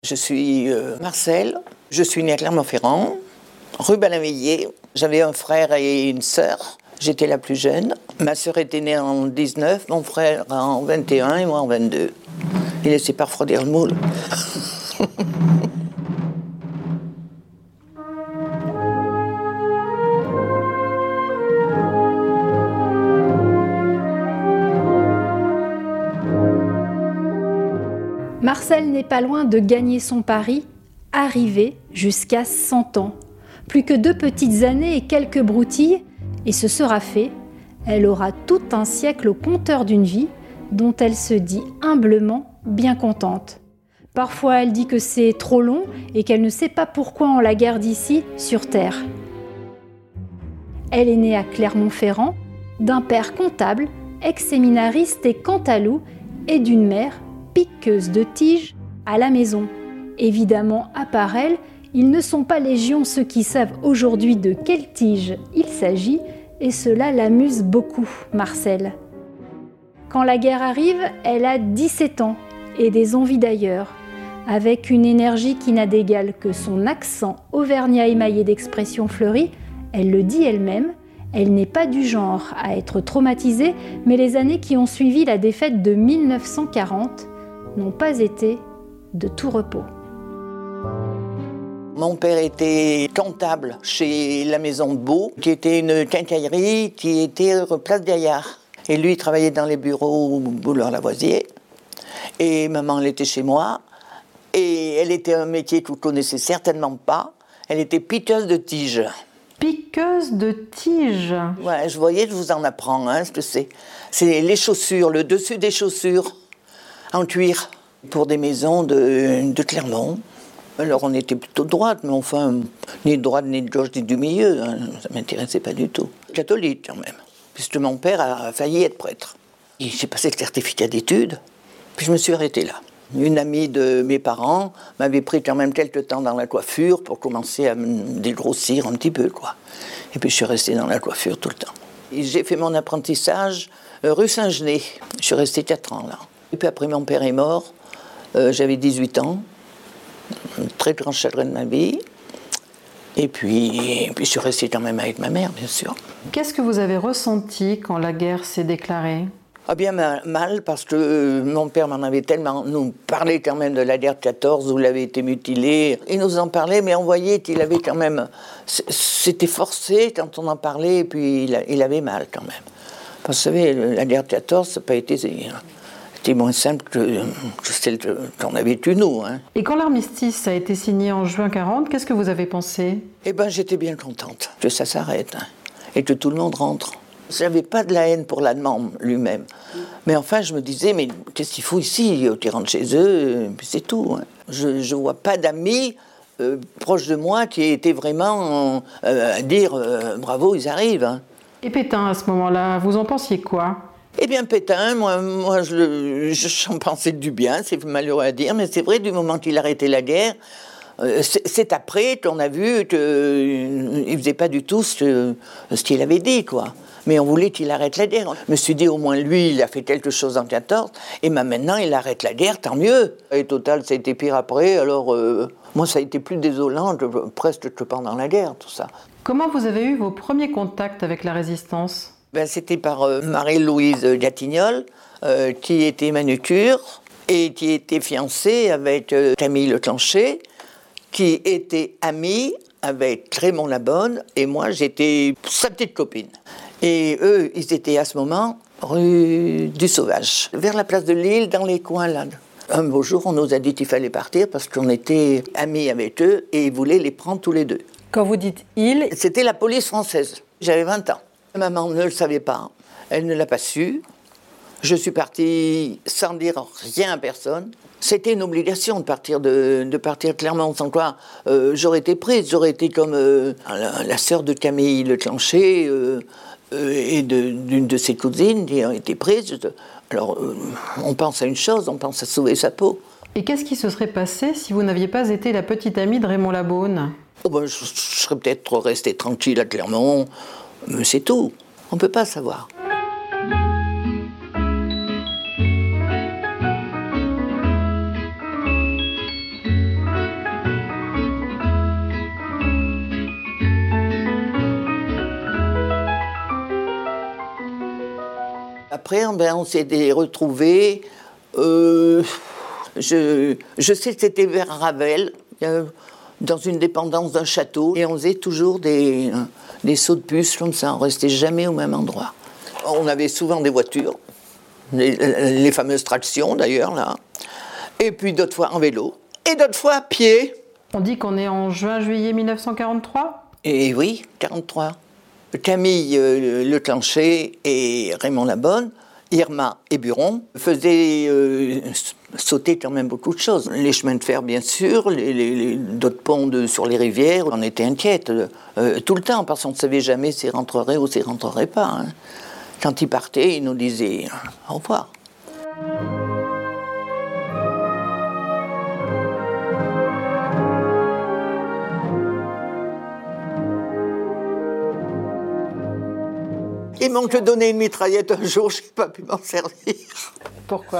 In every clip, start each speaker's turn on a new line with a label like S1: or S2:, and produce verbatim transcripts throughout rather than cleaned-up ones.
S1: Je suis euh, Marcel, je suis née à Clermont-Ferrand, rue Balameillier. J'avais un frère et une sœur, j'étais la plus jeune. Ma sœur était née en dix-neuf, mon frère en vingt et un et moi en vingt-deux. Il laissait pas refroidir le moule.
S2: Marcel n'est pas loin de gagner son pari, arrivé jusqu'à cent ans. Plus que deux petites années et quelques broutilles, et ce sera fait. Elle aura tout un siècle au compteur d'une vie, dont elle se dit humblement bien contente. Parfois, elle dit que c'est trop long et qu'elle ne sait pas pourquoi on la garde ici, sur Terre. Elle est née à Clermont-Ferrand, d'un père comptable, ex-séminariste et cantalou, et d'une mère piqueuse de tiges à la maison. Évidemment, à part elle, ils ne sont pas légion ceux qui savent aujourd'hui de quelle tige il s'agit, et cela l'amuse beaucoup, Marcel. Quand la guerre arrive, elle a dix-sept ans et des envies d'ailleurs, avec une énergie qui n'a d'égal que son accent auvergnat émaillé d'expressions fleuries. Elle le dit elle-même, elle n'est pas du genre à être traumatisée, mais les années qui ont suivi la défaite de mille neuf cent quarante n'ont pas été de tout repos.
S1: Mon père était comptable chez la Maison de Beau, qui était une quincaillerie qui était place Gaillard. Et lui, il travaillait dans les bureaux Boulard-Lavoisier. Et maman, elle était chez moi. Et elle était un métier que vous ne connaissez certainement pas. Elle était piqueuse de tiges.
S3: Piqueuse de tiges.
S1: Ouais, je voyais, je vous en apprends, hein, ce que c'est. C'est les chaussures, le dessus des chaussures, en cuir, pour des maisons de, de Clermont. Alors on était plutôt droite, mais enfin, ni de droite, ni de gauche, ni du milieu, hein, ça ne m'intéressait pas du tout. Catholique quand même, puisque mon père a failli être prêtre. Et j'ai passé le certificat d'études, puis je me suis arrêtée là. Une amie de mes parents m'avait pris quand même quelques temps dans la coiffure pour commencer à me dégrossir un petit peu, quoi. Et puis je suis restée dans la coiffure tout le temps. Et j'ai fait mon apprentissage euh, rue Saint-Genès. Je suis restée quatre ans là. Et puis après mon père est mort, euh, j'avais dix-huit ans, un très grand chagrin de ma vie. Et puis, et puis je suis restée quand même avec ma mère, bien sûr.
S3: Qu'est-ce que vous avez ressenti quand la guerre s'est déclarée ?
S1: Ah bien mal, parce que euh, mon père m'en avait tellement nous parlait quand même de la guerre de quatorze où il avait été mutilé. Il nous en parlait, mais on voyait qu'il avait quand même... C'était forcé quand on en parlait, et puis il, il avait mal quand même. Parce que vous savez, la guerre de quatorze, ça n'a pas été... C'était moins simple que, que celle qu'on a vécue nous. Hein.
S3: Et quand l'armistice a été signé en juin quarante, qu'est-ce que vous avez pensé ?
S1: Eh bien, j'étais bien contente que ça s'arrête, hein, et que tout le monde rentre. Je n'avais pas de la haine pour l'Allemand lui-même. Mais enfin, je me disais, mais qu'est-ce qu'il faut ici ? Ils rentrent chez eux, puis c'est tout. Hein. Je ne vois pas d'amis euh, proches de moi qui étaient vraiment euh, à dire euh, bravo, ils arrivent. Hein.
S3: Et Pétain, à ce moment-là, vous en pensiez quoi ?
S1: Eh bien, Pétain, moi, moi je, je, j'en pensais du bien, c'est malheureux à dire, mais c'est vrai, du moment qu'il a arrêté la guerre, euh, c'est, c'est après qu'on a vu qu'il ne faisait pas du tout ce, ce qu'il avait dit, quoi. Mais on voulait qu'il arrête la guerre. Je me suis dit, au moins lui, il a fait quelque chose en quatorze, et maintenant, il arrête la guerre, tant mieux. Et total, ça a été pire après, alors euh, moi, ça a été plus désolant que, presque que pendant la guerre, tout ça.
S3: Comment vous avez eu vos premiers contacts avec la résistance ?
S1: Ben, c'était par euh, Marie-Louise Gatignol, euh, qui était manucure, et qui était fiancée avec euh, Camille Leclancher, qui était amie avec Raymond Labonne, et moi, j'étais sa petite copine. Et eux, ils étaient à ce moment rue du Sauvage, vers la place de Lille, dans les coins là. Un beau jour, on nous a dit qu'il fallait partir parce qu'on était amis avec eux et ils voulaient les prendre tous les deux.
S3: Quand vous dites « ils »,
S1: c'était la police française. J'avais vingt ans. Maman ne le savait pas, elle ne l'a pas su. Je suis partie sans dire rien à personne. C'était une obligation de partir de, de partir clairement, sans quoi euh, j'aurais été prise. J'aurais été comme euh, la, la sœur de Camille Leclancher euh, euh, et de, d'une de ses cousines qui ont été prises. Alors, euh, on pense à une chose, on pense à sauver sa peau.
S3: Et qu'est-ce qui se serait passé si vous n'aviez pas été la petite amie de Raymond Labonne ?
S1: Oh ben, je, je serais peut-être restée tranquille à Clermont, mais c'est tout. On ne peut pas savoir. après, ben, on s'est retrouvés. Euh, je, je sais que c'était vers Ravel, euh, dans une dépendance d'un château. Et on faisait toujours des, des sauts de puce comme ça. On ne restait jamais au même endroit. On avait souvent des voitures, les, les fameuses tractions d'ailleurs, là. Et puis d'autres fois en vélo. Et d'autres fois à pied.
S3: On dit qu'on est en juin-juillet mille neuf cent quarante-trois ?
S1: Et oui, quarante-trois. Camille euh, Leclanché et Raymond Labonne, Irma et Buron faisaient euh, sauter quand même beaucoup de choses. Les chemins de fer, bien sûr, les, les, les, d'autres ponts de, sur les rivières. On était inquiètes euh, tout le temps, parce qu'on ne savait jamais s'ils rentreraient ou s'ils ne rentreraient pas. Hein. Quand ils partaient, ils nous disaient au revoir. Ils m'ont que donné une mitraillette un jour, je n'ai pas pu m'en servir.
S3: Pourquoi ?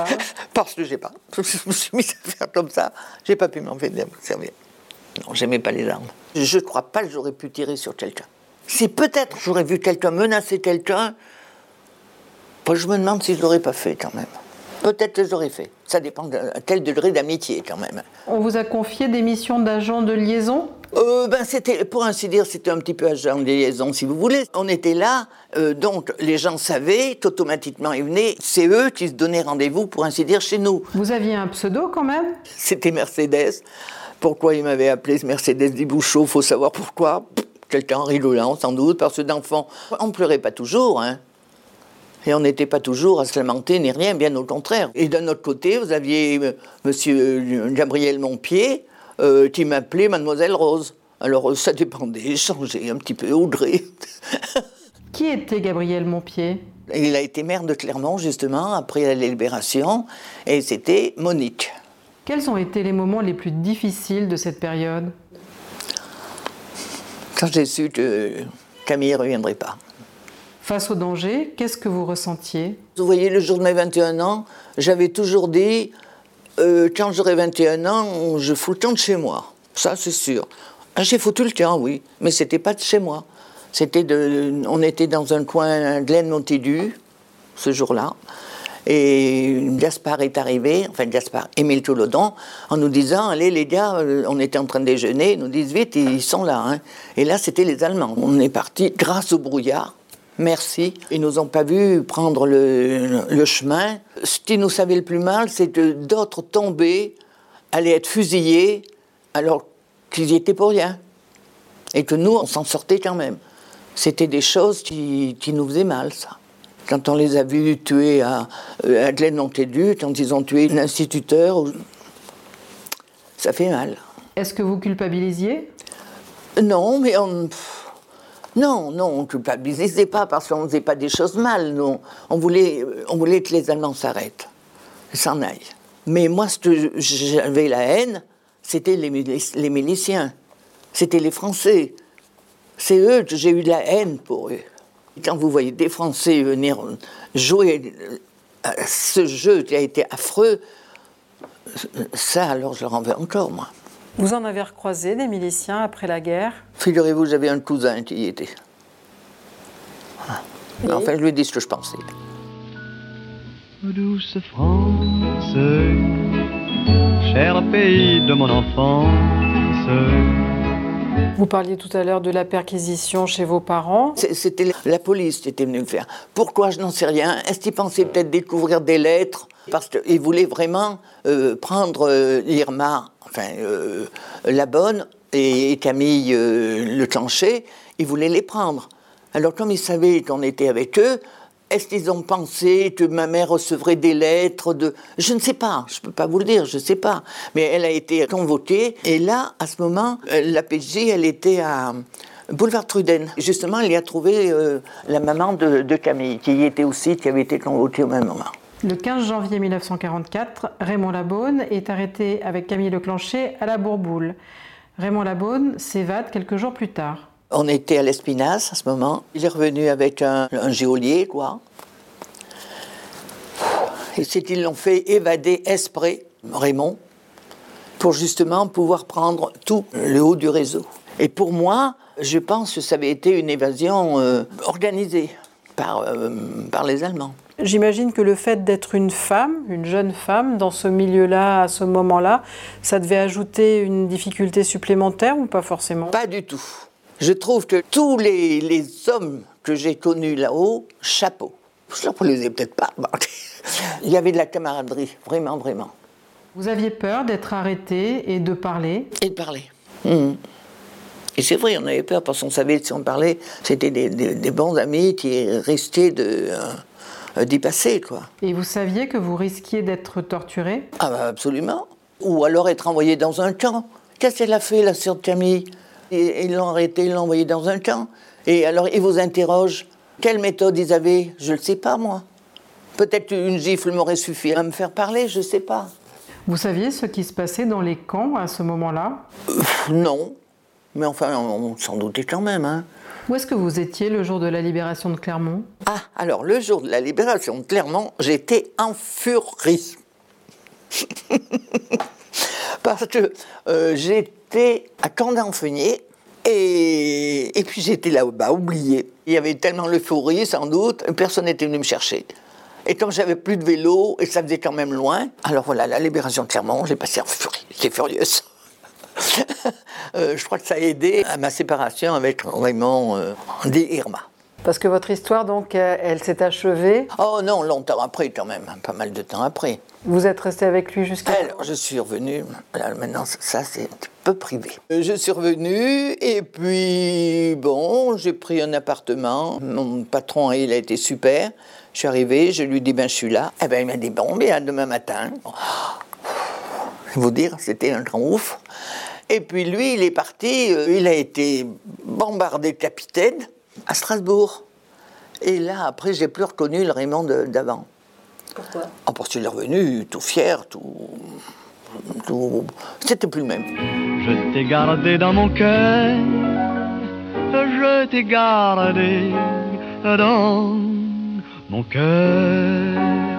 S1: Parce que je n'ai pas. Je me suis mis à faire comme ça, je n'ai pas pu m'en servir. Non, j'aimais pas les armes. Je ne crois pas que j'aurais pu tirer sur quelqu'un. Si peut-être j'aurais vu quelqu'un menacer quelqu'un, je me demande si je ne l'aurais pas fait quand même. Peut-être que j'aurais fait. Ça dépend de quel degré d'amitié quand même.
S3: On vous a confié des missions d'agent de liaison ?
S1: Euh, ben c'était, pour ainsi dire, c'était un petit peu agent de liaison, si vous voulez. On était là, euh, donc les gens savaient qu'automatiquement ils venaient. C'est eux qui se donnaient rendez-vous, pour ainsi dire, chez nous.
S3: Vous aviez un pseudo quand même ?
S1: C'était Mercedes. Pourquoi ils m'avaient appelé Mercedes des Bouchots ? Faut savoir pourquoi. Quelqu'un en rigolant, sans doute, parce que d'enfants, on ne pleurait pas toujours, hein. Et on n'était pas toujours à se lamenter ni rien, bien au contraire. Et d'un autre côté, vous aviez euh, monsieur Gabriel Montpied, euh, qui m'appelait Mademoiselle Rose. Alors ça dépendait, changeait un petit peu, Audrey.
S3: Qui était Gabriel Montpied ?
S1: Il a été maire de Clermont, justement, après la Libération, et c'était Monique.
S3: Quels ont été les moments les plus difficiles de cette période ?
S1: Quand j'ai su que Camille ne reviendrait pas.
S3: Face au danger, qu'est-ce que vous ressentiez ?
S1: Vous voyez, le jour de mes vingt et un ans, j'avais toujours dit, euh, quand j'aurai vingt et un ans, je fous le camp de chez moi. Ça, c'est sûr. Ah, j'ai foutu le camp, oui, mais c'était pas de chez moi. C'était de, on était dans un coin de Laine-Montaigu, ce jour-là, et Gaspard est arrivé, enfin Gaspard, Émile Toulodon, en nous disant, allez les gars, on était en train de déjeuner, ils nous disent vite, ils sont là. Hein. Et là, c'était les Allemands. On est parti grâce au brouillard. Merci. Ils nous ont pas vu prendre le, le chemin. Ce qui nous savait le plus mal, c'est que d'autres tombaient, allaient être fusillés, alors qu'ils y étaient pour rien. Et que nous, on s'en sortait quand même. C'était des choses qui, qui nous faisaient mal, ça. Quand on les a vus tuer à, à Glen-Montaigu, quand ils ont tué l'instituteur, ça fait mal.
S3: Est-ce que vous culpabilisiez ?
S1: Non, mais on... Non, non, on ne culpabilisait pas parce qu'on ne faisait pas des choses mal. Non. On, voulait, on voulait que les Allemands s'arrêtent, s'en aillent. Mais moi, ce que j'avais la haine, c'était les, milic- les miliciens. C'était les Français. C'est eux que j'ai eu de la haine pour eux. Quand vous voyez des Français venir jouer à ce jeu qui a été affreux, ça, alors, je leur en veux encore, moi.
S3: Vous en avez recroisé des miliciens après la guerre ?
S1: Figurez-vous, j'avais un cousin qui y était. Et... Enfin, je lui ai dit ce que je pensais.
S4: Douce France, cher pays de mon enfance.
S3: Vous parliez tout à l'heure de la perquisition chez vos parents.
S1: C'était la police qui était venue le faire. Pourquoi, je n'en sais rien. Est-ce qu'ils pensaient peut-être découvrir des lettres ? Parce qu'ils voulaient vraiment euh, prendre euh, Irma, enfin euh, Labonne et Camille euh, Leclanché, ils voulaient les prendre. Alors comme ils savaient qu'on était avec eux, est-ce qu'ils ont pensé que ma mère recevrait des lettres de... Je ne sais pas, je ne peux pas vous le dire, je ne sais pas. Mais elle a été convoquée, et là, à ce moment, la P J, elle était à Boulevard Truden. Justement, elle y a trouvé euh, la maman de, de Camille, qui y était aussi, qui avait été convoquée au même moment.
S3: Le quinze janvier mille neuf cent quarante-quatre, Raymond Labonne est arrêté avec Camille Leclanché à la Bourboule. Raymond Labonne s'évade quelques jours plus tard.
S1: On était à l'Espinasse à ce moment. Il est revenu avec un, un geôlier, quoi. Et c'est qu'ils l'ont fait évader exprès, Raymond, pour justement pouvoir prendre tout le haut du réseau. Et pour moi, je pense que ça avait été une évasion euh, organisée. par, euh, par les Allemands.
S3: J'imagine que le fait d'être une femme, une jeune femme, dans ce milieu-là, à ce moment-là, ça devait ajouter une difficulté supplémentaire ou pas forcément?
S1: Pas du tout. Je trouve que tous les, les hommes que j'ai connus là-haut, chapeau. Je ne les ai peut-être pas. Il y avait de la camaraderie, vraiment, vraiment.
S3: Vous aviez peur d'être arrêté et de parler?
S1: Et de parler. Mmh. Et c'est vrai, on avait peur parce qu'on savait que si on parlait, c'était des, des, des bons amis qui restaient de... Euh, d'y passer, quoi.
S3: Et vous saviez que vous risquiez d'être torturé?
S1: Ah bah absolument. Ou alors être envoyé dans un camp. Qu'est-ce qu'elle a fait, la sœur de Camille? Ils l'ont arrêté, ils l'ont envoyé dans un camp. Et alors, ils vous interrogent. Quelle méthode ils avaient? Je ne le sais pas, moi. Peut-être qu'une gifle m'aurait suffi à me faire parler, je ne sais pas.
S3: Vous saviez ce qui se passait dans les camps à ce moment-là?
S1: euh, Non. Mais enfin, on, on s'en doutait quand même, hein.
S3: Où est-ce que vous étiez le jour de la libération de Clermont?
S1: Ah, alors le jour de la libération de Clermont, j'étais en furie. Parce que euh, j'étais à Camp-d'Enfeugné et, et puis j'étais là-bas, oublié. Il y avait tellement l'euphorie, sans doute, personne n'était venu me chercher. Et comme j'avais plus de vélo et ça faisait quand même loin, alors voilà, la libération de Clermont, j'ai passé en furie. J'étais furieuse. euh, je crois que ça a aidé à ma séparation avec Raymond euh, des Irma.
S3: Parce que votre histoire, donc, elle s'est achevée?
S1: Oh non, longtemps après quand même, pas mal de temps après.
S3: Vous êtes resté avec lui jusqu'à...
S1: Alors, je suis revenu, là, maintenant ça c'est un peu privé. Je suis revenu et puis, bon, j'ai pris un appartement. Mon patron, il a été super. Je suis arrivé, je lui ai dit, ben je suis là. Eh ben il m'a dit, bon, bien demain matin. Je vais vous dire, c'était un grand ouf. Et puis lui, il est parti, euh, il a été bombardé capitaine à Strasbourg. Et là, après, j'ai plus reconnu le Raymond de, d'avant.
S3: Pourquoi?
S1: Oh, parce qu'il est revenu tout fier, tout... tout... C'était plus le même.
S4: Je t'ai gardé dans mon cœur, je t'ai gardé dans mon cœur.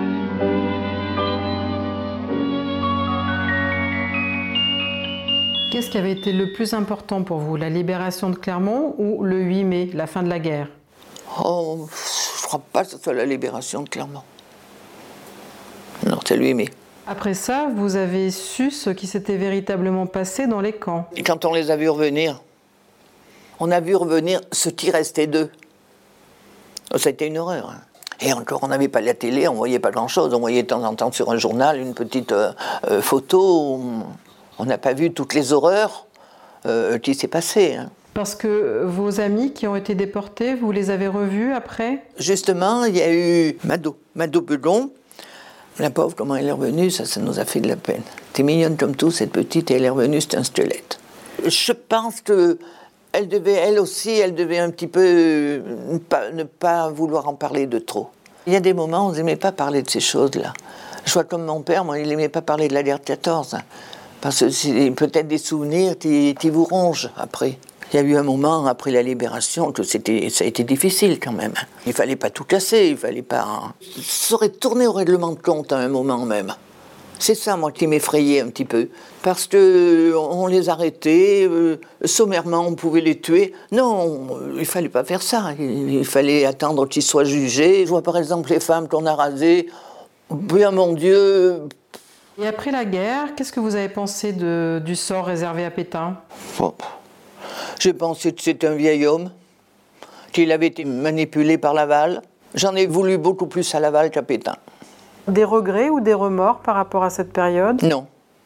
S3: Qu'est-ce qui avait été le plus important pour vous, la libération de Clermont ou le huit mai, la fin de la guerre?
S1: Oh, je ne crois pas que ce soit la libération de Clermont. Non, c'est le huit mai.
S3: Après ça, vous avez su ce qui s'était véritablement passé dans les camps.
S1: Et quand on les a vus revenir, on a vu revenir ce qui restait d'eux. Oh, ça a été une horreur. Hein. Et encore, on n'avait pas la télé, on ne voyait pas grand-chose. On voyait de temps en temps sur un journal une petite euh, euh, photo. On n'a pas vu toutes les horreurs euh, qui s'est passées. Hein.
S3: Parce que vos amis qui ont été déportés, vous les avez revus après?
S1: Justement, il y a eu Mado, Mado Bedon. La pauvre, comment elle est revenue, ça, ça nous a fait de la peine. T'es mignonne comme tout, cette petite, et elle est revenue, c'est un squelette. Je pense que elle devait, elle aussi, elle devait un petit peu ne pas, ne pas vouloir en parler de trop. Il y a des moments où on n'aimait pas parler de ces choses-là. Je vois comme mon père, moi, il n'aimait pas parler de la guerre de quatorze. Hein, parce que c'est peut-être des souvenirs qui, qui vous rongent après. Il y a eu un moment, après la libération, que c'était, ça a été difficile quand même. Il ne fallait pas tout casser, il ne fallait pas... Ça aurait tourné au règlement de compte à un moment même. C'est ça, moi, qui m'effrayait un petit peu. Parce qu'on les arrêtait, euh, sommairement, on pouvait les tuer. Non, il ne fallait pas faire ça. Il, il fallait attendre qu'ils soient jugés. Je vois par exemple les femmes qu'on a rasées. Bien, mon Dieu...
S3: Et après la guerre, qu'est-ce que vous avez pensé de, du sort réservé à Pétain?
S1: Oh. J'ai pensé que c'était un vieil homme, qu'il avait été manipulé par Laval. J'en ai voulu beaucoup plus à Laval qu'à Pétain.
S3: Des regrets ou des remords par rapport à cette période?
S1: Non.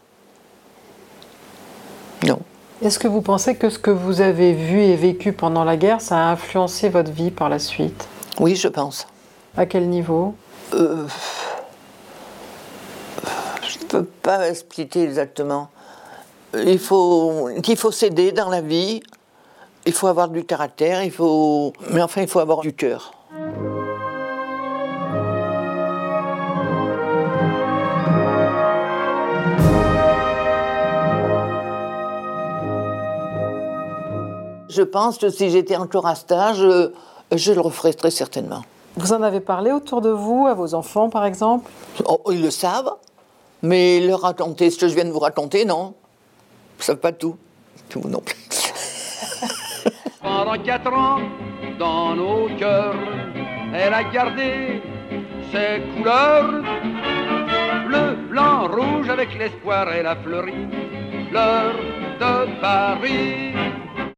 S1: Non.
S3: Est-ce que vous pensez que ce que vous avez vu et vécu pendant la guerre, ça a influencé votre vie par la suite?
S1: Oui, je pense.
S3: À quel niveau?
S1: euh, Je ne peux pas expliquer exactement. Il faut, il faut s'aider dans la vie, il faut avoir du caractère, il faut... mais enfin il faut avoir du cœur. Je pense que si j'étais encore à cet âge, je, je le referais très certainement.
S3: Vous en avez parlé autour de vous, à vos enfants par exemple?
S1: Oh, ils le savent, mais leur raconter ce que je viens de vous raconter, non. Ils ne savent pas tout. Tout non plus.
S5: Pendant quatre ans, dans nos cœurs, elle a gardé ses couleurs. Bleu, blanc, rouge, avec l'espoir, elle a fleuri l'heure de Paris.